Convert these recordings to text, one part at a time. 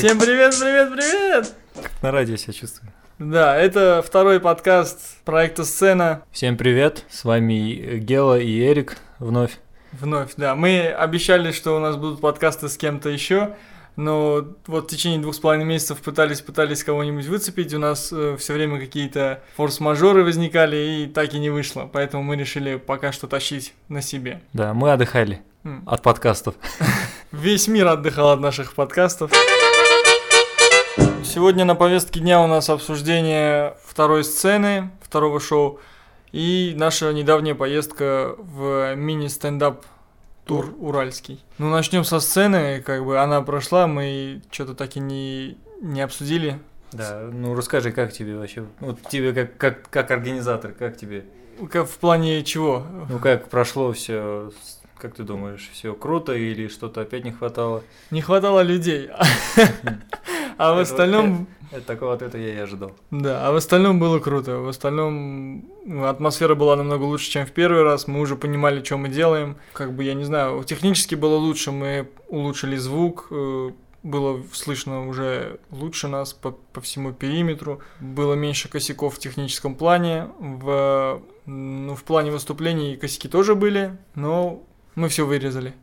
Всем привет! На радио себя чувствую. Да, это второй подкаст проекта «Сцена». Всем привет, с вами Гела и Эрик вновь. Да. Мы обещали, что у нас будут подкасты с кем-то еще, но вот в течение 2,5 месяцев пытались кого-нибудь выцепить, у нас все время какие-то форс-мажоры возникали, и так и не вышло, поэтому мы решили пока что тащить на себе. Да, мы отдыхали от подкастов. Весь мир отдыхал от наших подкастов. Сегодня на повестке дня у нас обсуждение второй сцены, второго шоу, и наша недавняя поездка в мини-стендап-тур уральский. Ну, начнем со сцены, она прошла, мы что-то так и не обсудили. Да, ну расскажи, как тебе вообще, вот тебе как организатор, как тебе? В плане чего? Ну, как прошло все, как ты думаешь, все круто или что-то опять не хватало? Не хватало людей. А в остальном... Это я и ожидал. Да, а в остальном было круто. В остальном атмосфера была намного лучше, чем в первый раз. Мы уже понимали, что мы делаем. Я не знаю, технически было лучше. Мы улучшили звук. Было слышно уже лучше нас по всему периметру. Было меньше косяков в техническом плане. В плане выступлений косяки тоже были, но мы все вырезали.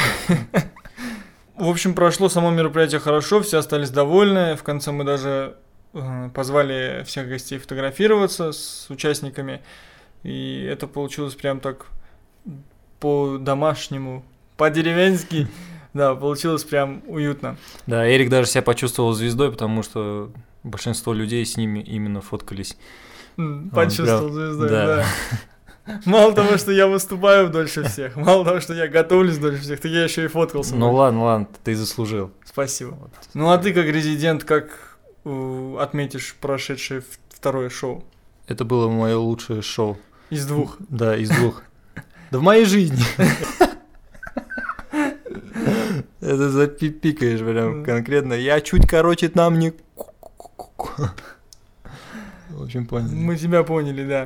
В общем, прошло само мероприятие хорошо, все остались довольны. В конце мы даже позвали всех гостей фотографироваться с участниками. И это получилось прям так по-домашнему, по-деревенски. Да, получилось прям уютно. Да, Эрик даже себя почувствовал звездой, потому что большинство людей с ними именно фоткались. Почувствовал звездой, да. Мало того, что я выступаю дольше всех, мало того, что я готовлюсь дольше всех, так я еще и фоткался. Ну ладно, ты заслужил. Спасибо. Вот. Ну а ты как резидент, как отметишь прошедшее второе шоу? Это было мое лучшее шоу. Из двух? Да, из двух. Да в моей жизни. Это запикаешь прям конкретно. Я чуть, там не... В общем, поняли. Мы тебя поняли, да.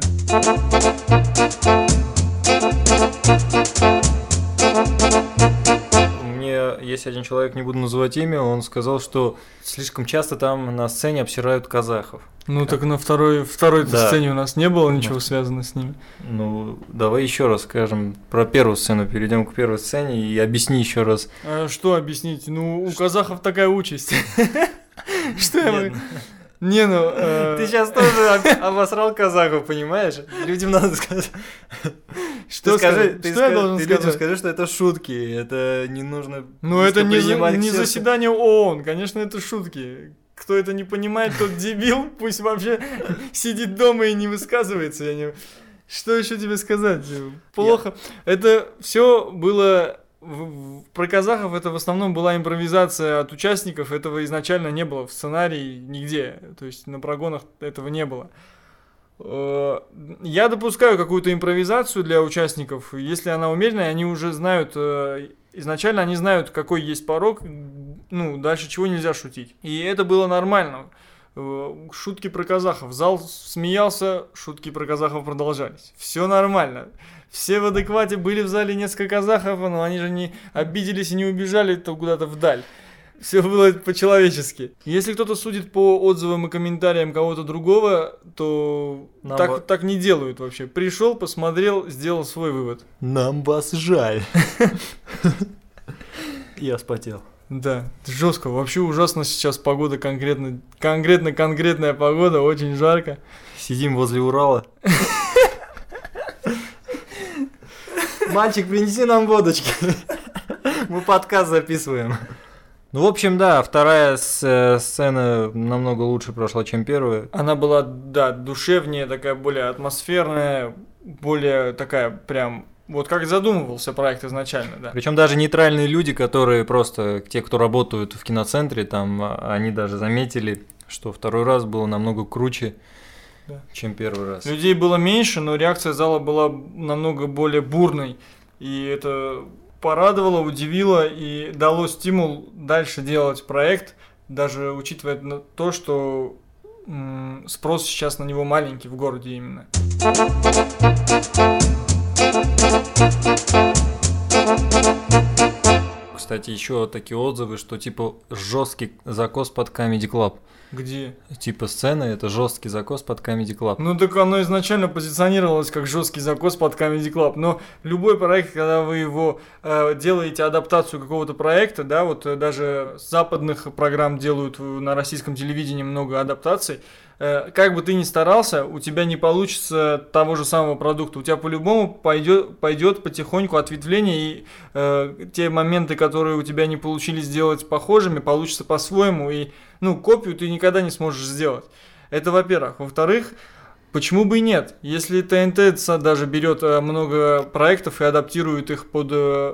Мне есть один человек, не буду называть имя, он сказал, что слишком часто там на сцене обсирают казахов. Ну так на второй сцене у нас не было ничего связано с ними. Ну, давай еще раз скажем про первую сцену, перейдем к первой сцене и объясни еще раз. А что объяснить? Ну, у казахов такая участь. Что я могу... Не, Ты сейчас тоже обосрал казахов, понимаешь? Людям надо сказать. Что я должен сказать? Ты людям скажи, что это шутки, это не нужно... Ну, это не заседание ООН, конечно, это шутки. Кто это не понимает, тот дебил, пусть вообще сидит дома и не высказывается. Что еще тебе сказать? Плохо. Это все было... Про казахов это в основном была импровизация от участников, этого изначально не было в сценарии нигде, то есть на прогонах этого не было. Я допускаю какую-то импровизацию для участников, если она умеренная, они уже знают, изначально они знают, какой есть порог, дальше чего нельзя шутить. И это было нормально. Шутки про казахов. Зал смеялся, шутки про казахов продолжались. Все нормально. Все в адеквате, были в зале несколько казахов, но они же не обиделись и не убежали куда-то вдаль. Все было по-человечески. Если кто-то судит по отзывам и комментариям кого-то другого, то так не делают вообще. Пришел, посмотрел, сделал свой вывод. Нам вас жаль. Я вспотел. Да, жестко. Вообще ужасно сейчас погода, конкретная погода, очень жарко. Сидим возле Урала. Мальчик, принеси нам водочки. Мы подкаст записываем. Ну, в общем, да, вторая сцена намного лучше прошла, чем первая. Она была, да, душевнее, такая более атмосферная, более такая прям... Вот как задумывался проект изначально, да. Причем даже нейтральные люди, которые просто, те, кто работают в киноцентре, там, они даже заметили, что второй раз было намного круче, да, чем первый раз. Людей было меньше, но реакция зала была намного более бурной. И это порадовало, удивило и дало стимул дальше делать проект, даже учитывая то, что спрос сейчас на него маленький в городе именно. кстати, еще такие отзывы, что типа жесткий закос под Comedy Club. Где? Типа сцена это жесткий закос под Comedy Club. Ну так оно изначально позиционировалось как жесткий закос под Comedy Club. Но любой проект, когда вы его делаете адаптацию какого-то проекта, да, вот даже с западных программ делают на российском телевидении много адаптаций. Как бы ты ни старался, у тебя не получится того же самого продукта. У тебя по-любому пойдет потихоньку ответвление, и те моменты, которые у тебя не получились сделать похожими, получится по-своему, и копию ты никогда не сможешь сделать. Это во-первых. Во-вторых, почему бы и нет? Если ТНТ даже берет много проектов и адаптирует их под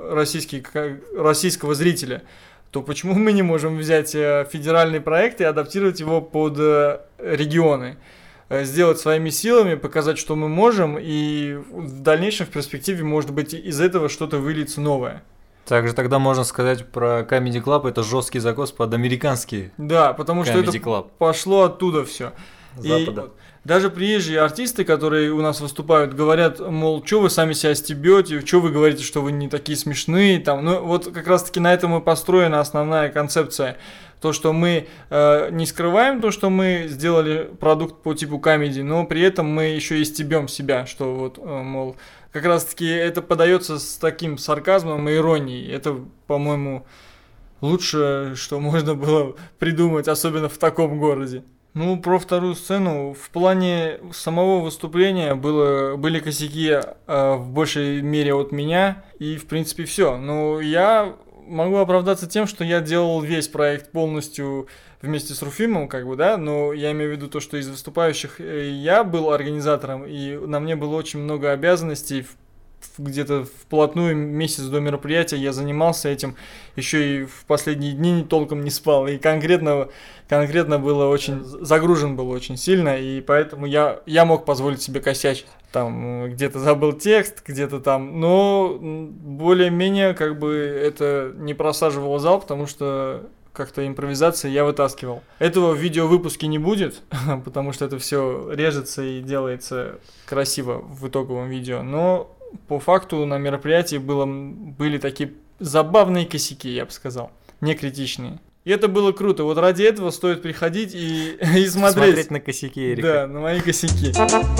российского зрителя, то почему мы не можем взять федеральный проект и адаптировать его под регионы? Сделать своими силами, показать, что мы можем, и в дальнейшем, в перспективе, может быть, из этого что-то выльется новое. Также тогда можно сказать про Comedy Club, это жесткий закос под американский. Да, потому что это Club. Пошло оттуда все. Запада. Даже приезжие артисты, которые у нас выступают, говорят, мол, что вы сами себя стебете, что вы говорите, что вы не такие смешные, там, вот как раз-таки на этом и построена основная концепция. То, что мы не скрываем то, что мы сделали продукт по типу комедии, но при этом мы еще и стебем себя, что вот, мол, как раз-таки это подается с таким сарказмом и иронией. Это, по-моему, лучшее, что можно было придумать, особенно в таком городе. Про вторую сцену. В плане самого выступления были косяки в большей мере от меня. И, в принципе, все. Но я могу оправдаться тем, что я делал весь проект полностью вместе с Руфимом, но я имею в виду то, что из выступающих я был организатором, и на мне было очень много обязанностей. Где-то вплотную месяц до мероприятия я занимался этим, еще и в последние дни толком не спал, и конкретно было очень, загружен был очень сильно, и поэтому я мог позволить себе косячить. Там где-то забыл текст, где-то там, но более-менее это не просаживало зал, потому что как-то импровизация я вытаскивал. Этого в видеовыпуске не будет, потому что это все режется и делается красиво в итоговом видео, но по факту на мероприятии были такие забавные косяки, я бы сказал, не критичные. И это было круто. Вот ради этого стоит приходить и смотреть. Смотреть на косяки Эрика. Да, на мои косяки.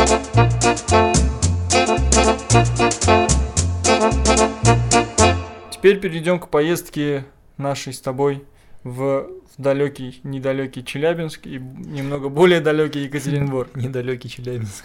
Теперь перейдем к поездке нашей с тобой в далекий, недалекий Челябинск и немного более далекий Екатеринбург. Недалекий Челябинск.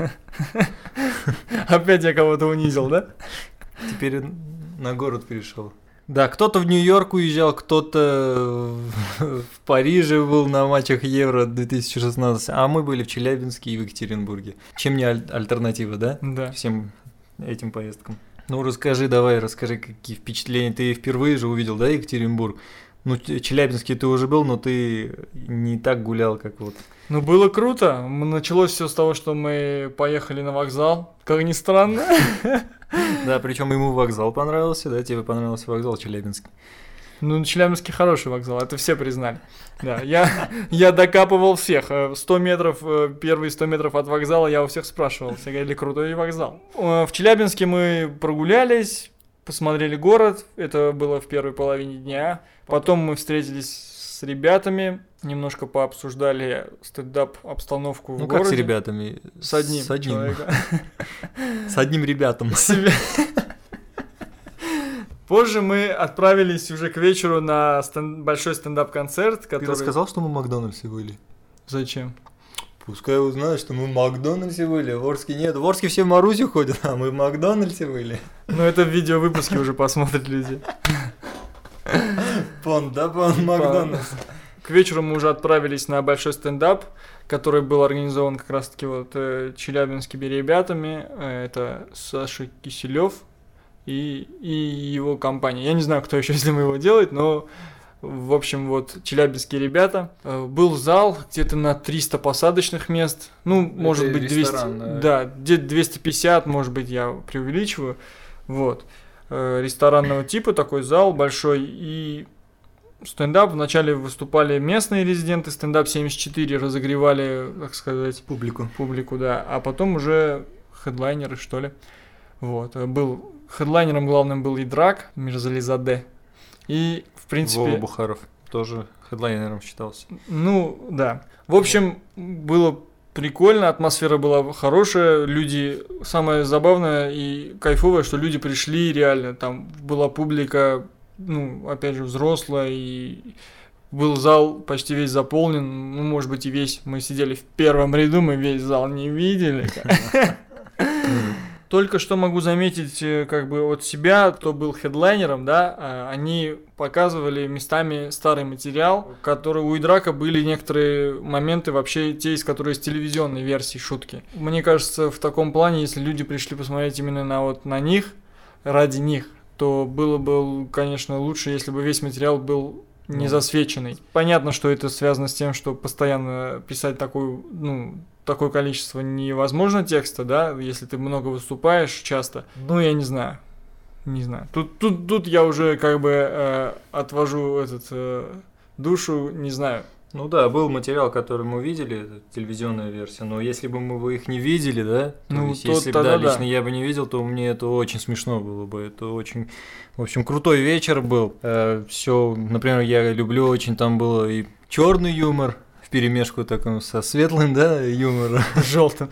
Опять я кого-то унизил, да? Теперь на город перешел. Да, кто-то в Нью-Йорк уезжал, кто-то в Париже был на матчах Евро 2016, а мы были в Челябинске и в Екатеринбурге. Чем не альтернатива, да? Да. Всем этим поездкам. Расскажи, какие впечатления. Ты впервые же увидел, да, Екатеринбург? Челябинске ты уже был, но ты не так гулял, как вот. Было круто. Началось все с того, что мы поехали на вокзал. Как ни странно. Да, причем ему вокзал понравился, да? Тебе понравился вокзал Челябинский? Челябинский хороший вокзал, это все признали. Да, я докапывал всех. 100 метров, первые 100 метров от вокзала я у всех спрашивал. Все говорили, крутой вокзал. В Челябинске мы прогулялись, посмотрели город. Это было в первой половине дня. Потом мы встретились с ребятами, немножко пообсуждали стендап-обстановку в городе. Как с ребятами? С одним. С одним ребятом. Позже мы отправились уже к вечеру на большой стендап-концерт, который... Ты рассказал, что мы в Макдональдсе были? Зачем? Пускай узнают, что мы в Макдональдсе были. В Орске нет. В Орске все в Марусю ходят, а мы в Макдональдсе были. Это в видеовыпуске уже посмотрят люди. Макдональдс. К вечеру мы уже отправились на большой стендап, который был организован как раз-таки челябинскими ребятами. Это Саша Киселев и его компания. Я не знаю, кто еще из них его делает, но в общем, челябинские ребята. Был зал где-то на 300 посадочных мест. Может быть, 200. Да, где-то 250, может быть, я преувеличиваю. Ресторанного типа, такой зал большой, и стендап. Вначале выступали местные резиденты, стендап 74 разогревали, так сказать, публику, да, а потом уже хедлайнеры, что ли. Хедлайнером главным был Идрак Мирзализаде, И, в принципе... Вова Бухаров тоже хедлайнером считался. Ну, да. В общем, было прикольно, атмосфера была хорошая, люди... Самое забавное и кайфовое, что люди пришли реально, там была публика, ну, опять же, взрослая, и был зал почти весь заполнен, ну, может быть, и весь. Мы сидели в первом ряду, мы весь зал не видели. Только что могу заметить, как бы от себя, кто был хедлайнером, да, они показывали местами старый материал, который у Идрака были некоторые моменты вообще те, из которых из телевизионной версии шутки. Мне кажется, в таком плане, если люди пришли посмотреть именно на них, ради них, то было бы, конечно, лучше, если бы весь материал был не засвеченный. Понятно, что это связано с тем, что постоянно писать такое количество невозможно текста, да, если ты много выступаешь часто. Ну, я не знаю. Тут я уже как бы отвожу душу, не знаю. Ну да, был материал, который мы видели, это телевизионная версия, но если бы мы их не видели, да, если бы, лично я бы не видел, то мне это очень смешно было бы, это очень, в общем, крутой вечер был, все, например, я люблю очень, там было и черный юмор, вперемешку таком со светлым, да, юмором. Желтым.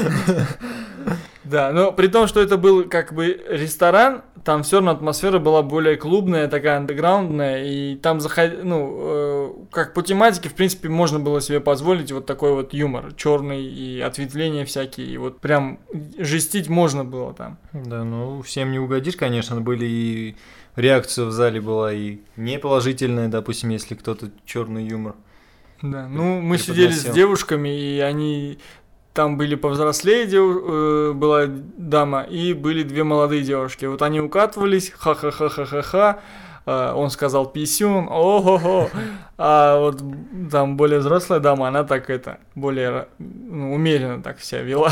Да, но при том, что это был как бы ресторан, там все равно атмосфера была более клубная, такая андеграундная, и там как по тематике, в принципе, можно было себе позволить вот такой вот юмор, черный и ответвления всякие, и вот прям жестить можно было там. Да, ну всем не угодишь, конечно, были и реакция в зале была и неположительная, допустим, если кто-то черный юмор. Да, ну мы сидели с девушками, и они... Там были повзрослее была дама, и были две молодые девушки. Вот они укатывались, ха-ха-ха-ха-ха-ха. Он сказал писюн, о-хо-хо. А вот там более взрослая дама, она так более умеренно так себя вела.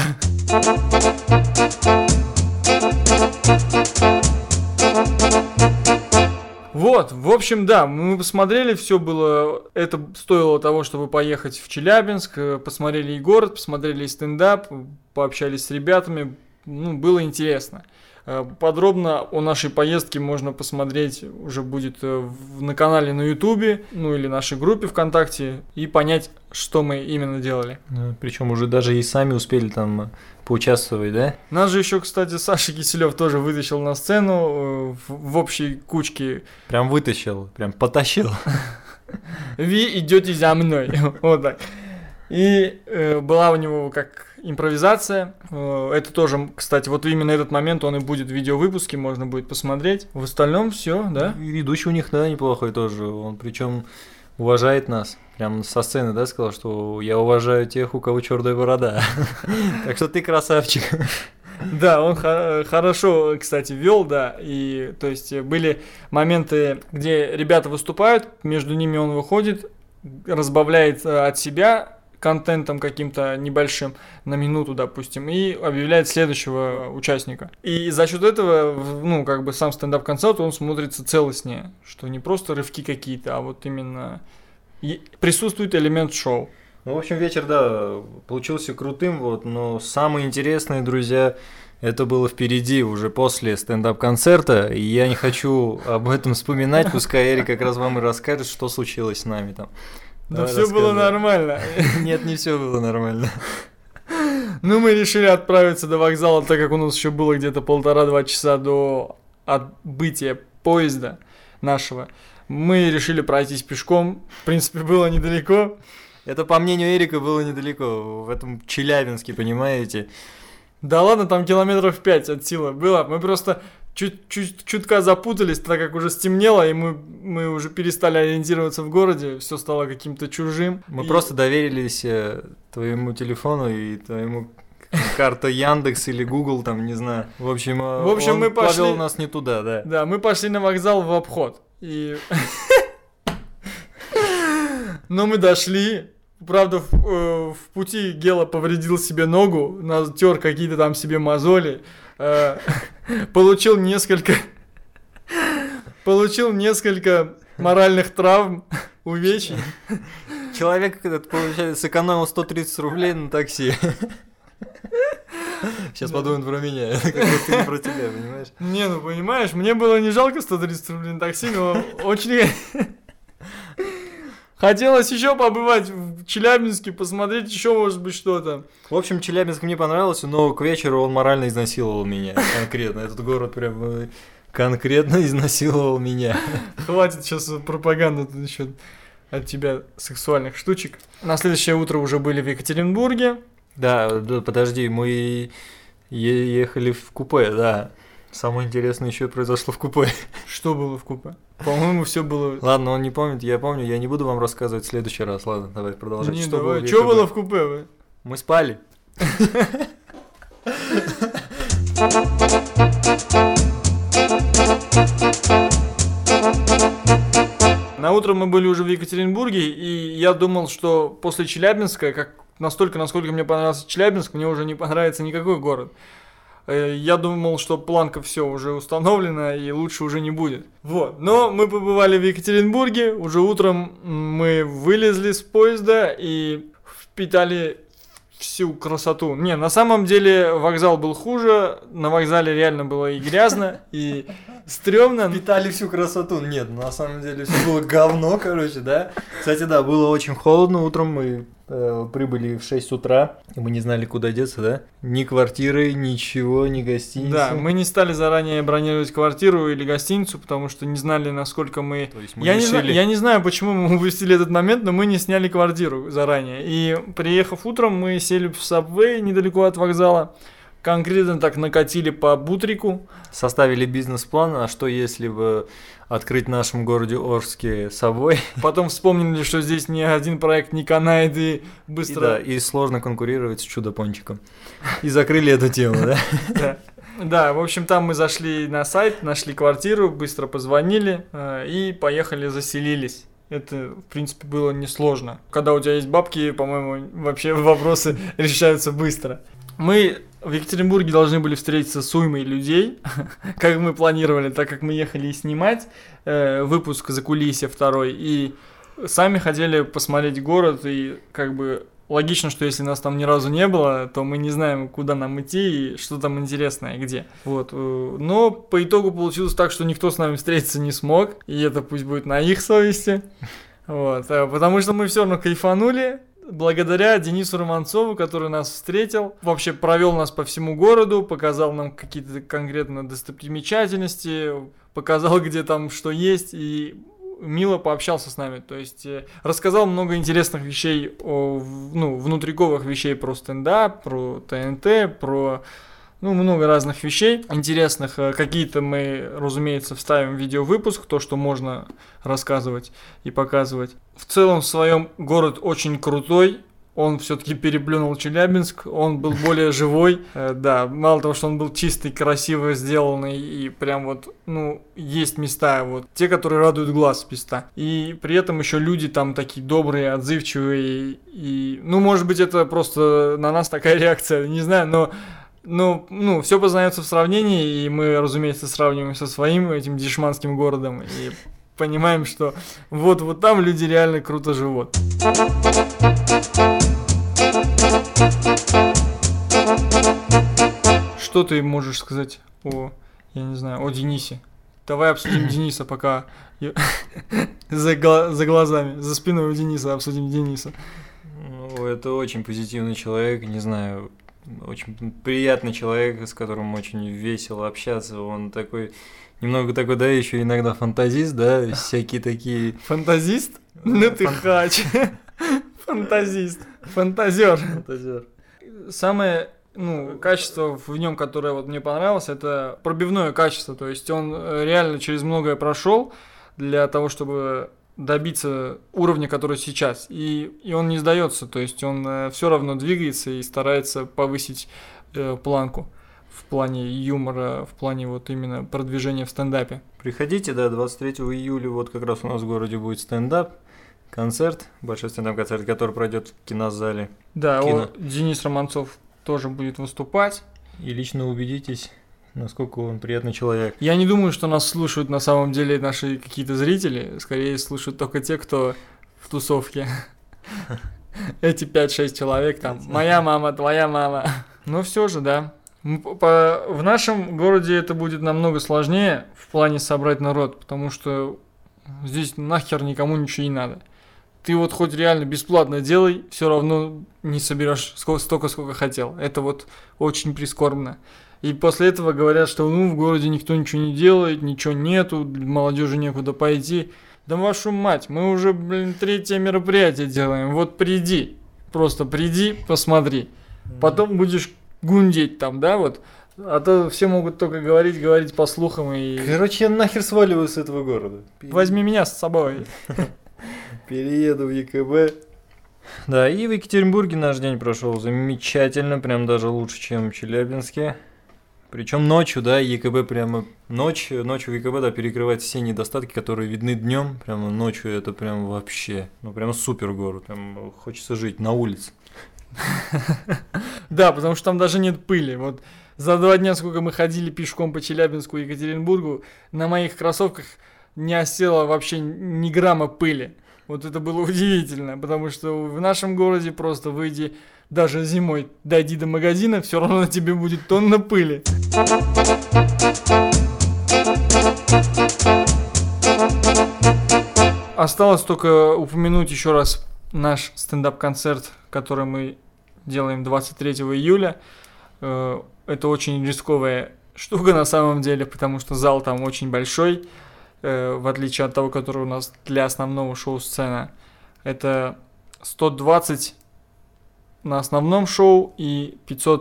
Вот, в общем, да, мы посмотрели, все было, это стоило того, чтобы поехать в Челябинск, посмотрели и город, посмотрели и стендап, пообщались с ребятами, было интересно. Подробно о нашей поездке можно посмотреть, уже будет на канале на Ютубе, или нашей группе ВКонтакте, и понять, что мы именно делали. Причем уже даже и сами успели там поучаствовать, да? Нас же еще, кстати, Саша Киселев тоже вытащил на сцену в общей кучке. Прям вытащил, прям потащил. Вы идете за мной, вот так. И была у него как импровизация. Это тоже, кстати, вот именно этот момент, он и будет в видеовыпуске, можно будет посмотреть. В остальном все, да? И ведущий у них, да, неплохой тоже. Он причем уважает нас. Прям со сцены, да, сказал, что я уважаю тех, у кого черная борода. Так что ты красавчик. Да, он хорошо, кстати, вел, да, и то есть были моменты, где ребята выступают, между ними он выходит, разбавляет от себя контентом каким-то небольшим на минуту, допустим, и объявляет следующего участника. И за счет этого, как бы сам стендап-концерт, он смотрится целостнее, что не просто рывки какие-то, а вот именно присутствует элемент шоу. Ну, в общем, вечер, да, получился крутым, но самое интересное, друзья, это было впереди, уже после стендап-концерта, и я не хочу об этом вспоминать, пускай Эрик как раз вам и расскажет, что случилось с нами там. Да все было нормально. Нет, не все было нормально. Мы решили отправиться до вокзала, так как у нас еще было где-то 1,5-2 часа до отбытия поезда нашего. Мы решили пройтись пешком, в принципе, было недалеко. Это, по мнению Эрика, было недалеко, в этом Челябинске, понимаете? Да ладно, там километров 5 от силы было. Мы просто чутка запутались, так как уже стемнело, и мы уже перестали ориентироваться в городе, все стало каким-то чужим. Мы просто доверились твоему телефону и твоему карта Яндекс или Google, там, не знаю. В общем мы пошли... повел нас не туда, да. Да, мы пошли на вокзал в обход. Но мы дошли. Правда, в пути Гела повредил себе ногу, натер какие-то там себе мозоли, получил несколько моральных травм, увечий. Человек этот, получается, сэкономил 130 рублей на такси. Сейчас подумают про меня, как будто не про тебя, понимаешь? Не, ну понимаешь, мне было не жалко 130 рублей на такси, но очень... Хотелось еще побывать в Челябинске, посмотреть еще, может быть, что-то. В общем, Челябинск мне понравился, но к вечеру он морально изнасиловал меня конкретно. Этот город прям конкретно изнасиловал меня. Хватит сейчас пропаганды тут еще от тебя сексуальных штучек. На следующее утро уже были в Екатеринбурге. Да, подожди, мы ехали в купе, да. Самое интересное еще произошло в купе. Что было в купе? По-моему, все было... Ладно, он не помнит, я помню, я не буду вам рассказывать в следующий раз. Ладно, давай продолжать. Что давай. Что было в купе? Вы? Мы спали. На утро мы были уже в Екатеринбурге, и я думал, что после Челябинска, насколько мне понравился Челябинск, мне уже не понравится никакой город. Я думал, что планка все уже установлена и лучше уже не будет. Вот. Но мы побывали в Екатеринбурге, уже утром мы вылезли с поезда и впитали всю красоту. Не, на самом деле вокзал был хуже, на вокзале реально было и грязно, и стрёмно. Впитали всю красоту. Нет, на самом деле все было говно, короче, да. Кстати, да, было очень холодно утром, мы прибыли в 6 утра, и мы не знали, куда деться, да? Ни квартиры, ничего, ни гостиницы. Да, мы не стали заранее бронировать квартиру или гостиницу, потому что не знали, насколько мы... То есть мы я не знаю, почему мы упустили этот момент, но мы не сняли квартиру заранее. И приехав утром, мы сели в Subway недалеко от вокзала, конкретно так накатили по Бутрику. Составили бизнес-план, а что если бы открыть в нашем городе Орске Subway? Потом вспомнили, что здесь ни один проект не канает и быстро... И сложно конкурировать с Чудо-пончиком. И закрыли эту тему, да? Да, в общем, там мы зашли на сайт, нашли квартиру, быстро позвонили и поехали, заселились. Это, в принципе, было несложно. Когда у тебя есть бабки, по-моему, вообще вопросы решаются быстро. Мы в Екатеринбурге должны были встретиться с уймой людей, как мы планировали, так как мы ехали снимать выпуск «Закулисье» второй, и сами хотели посмотреть город, и как бы логично, что если нас там ни разу не было, то мы не знаем, куда нам идти и что там интересное, где. Вот. Но по итогу получилось так, что никто с нами встретиться не смог, и это пусть будет на их совести, вот, потому что мы все равно кайфанули. Благодаря Денису Романцову, который нас встретил, вообще провел нас по всему городу, показал нам какие-то конкретно достопримечательности, показал, где там что есть, и мило пообщался с нами. То есть рассказал много интересных вещей, внутриковых вещей про стендап, про ТНТ, про много разных вещей интересных. Какие-то мы, разумеется, вставим в видеовыпуск, то, что можно рассказывать и показывать. В целом, в своем город очень крутой. Он все-таки переплюнул Челябинск, он был более живой. Да, мало того, что он был чистый, красиво сделанный, и прям вот, есть места, вот, те, которые радуют глаз места. И при этом еще люди там такие добрые, отзывчивые, и может быть, это просто на нас такая реакция, не знаю, но все познается в сравнении, и мы, разумеется, сравниваем со своим этим дешманским городом, и понимаем, что вот там люди реально круто живут. Что ты можешь сказать о Денисе? Давай обсудим Дениса, пока за глазами, за спиной у Дениса обсудим Дениса. Это очень позитивный человек, не знаю, очень приятный человек, с которым очень весело общаться. Он такой, немного такой, да, еще иногда фантазист, да, всякие такие... Фантазист? Ты хач. Фантазист. Фантазер. Самое, качество в нем, которое вот мне понравилось, это пробивное качество. То есть он реально через многое прошел для того, чтобы добиться уровня, который сейчас. И он не сдается, то есть он все равно двигается и старается повысить планку в плане юмора, в плане вот именно продвижения в стендапе. Приходите, да, 23 июля вот как раз у нас в городе будет стендап, концерт, большой стендап-концерт, который пройдет в кинозале. Да, Денис Романцов тоже будет выступать. И лично убедитесь, насколько он приятный человек. Я не думаю, что нас слушают на самом деле наши какие-то зрители. Скорее слушают только те, кто в тусовке. Эти 5-6 человек там. Моя мама, твоя мама. Но все же, да. В нашем городе это будет намного сложнее в плане собрать народ, потому что здесь нахер никому ничего не надо. Ты вот хоть реально бесплатно делай, все равно не соберешь столько, сколько хотел. Это вот очень прискорбно. И после этого говорят, что в городе никто ничего не делает, ничего нету, молодежи некуда пойти. Да вашу мать, мы уже, 3-е мероприятие делаем. Вот приди, просто приди, посмотри. Потом будешь гундеть там, да, вот. А то все могут только говорить по слухам и... Короче, я нахер сваливаю с этого города. Возьми меня с собой. Перееду в ЕКБ. Да, и в Екатеринбурге наш день прошел замечательно, прям даже лучше, чем в Челябинске. Причем ночью, да, ЕКБ прямо... Ночью в ЕКБ, да, перекрывает все недостатки, которые видны днем. Прямо ночью это прям вообще... прям супер город. Прям хочется жить на улице. Да, потому что там даже нет пыли. Вот за 2 дня, сколько мы ходили пешком по Челябинску и Екатеринбургу, на моих кроссовках не осело вообще ни грамма пыли. Вот это было удивительно, потому что в нашем городе просто выйди даже зимой, дойди до магазина, все равно на тебе будет тонна пыли. Осталось только упомянуть еще раз наш стендап-концерт, который мы делаем 23 июля. Это очень рисковая штука на самом деле, потому что зал там очень большой, в отличие от того, который у нас для основного шоу-сцена. Это 120 на основном шоу и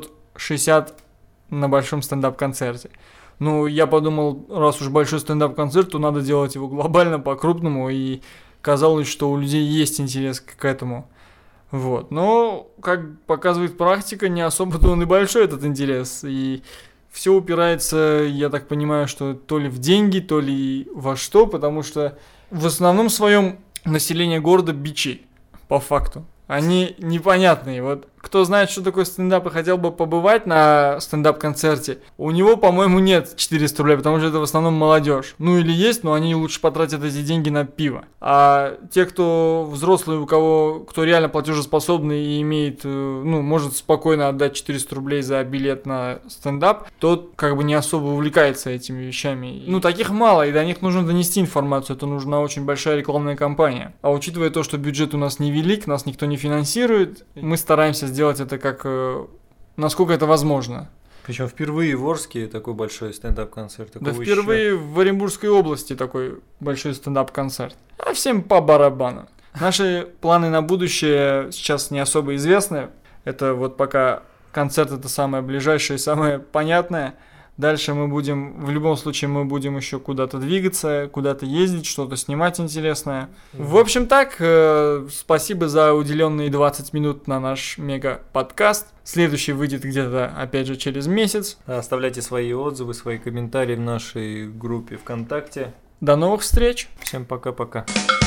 560 на большом стендап-концерте. Ну, я подумал, раз уж большой стендап-концерт, то надо делать его глобально, по-крупному, и казалось, что у людей есть интерес к этому. Вот. Но, как показывает практика, не особо-то он и большой, этот интерес. И все упирается, я так понимаю, что то ли в деньги, то ли во что, потому что в основном своем население города бичи, по факту. Они непонятные. Вот кто знает, что такое стендап и хотел бы побывать на стендап-концерте, у него, по-моему, нет 400 рублей, потому что это в основном молодежь. Ну или есть, но они лучше потратят эти деньги на пиво. А те, кто взрослые, кто реально платежеспособный и имеет, может спокойно отдать 400 рублей за билет на стендап, тот как бы не особо увлекается этими вещами. Таких мало, и до них нужно донести информацию, это нужна очень большая рекламная кампания. А учитывая то, что бюджет у нас невелик, нас никто не финансирует, мы стараемся сделать это как насколько это возможно. Причем впервые в Орске такой большой стендап-концерт. Да, впервые в Оренбургской области такой большой стендап-концерт. А всем по барабану. Наши планы на будущее сейчас не особо известны. Это вот пока концерт это самое ближайшее и самое понятное. Дальше в любом случае мы будем еще куда-то двигаться, куда-то ездить, что-то снимать интересное. В общем так, спасибо за уделенные 20 минут на наш мега-подкаст. Следующий выйдет где-то, опять же, через месяц. Оставляйте свои отзывы, свои комментарии в нашей группе ВКонтакте. До новых встреч! Всем пока-пока.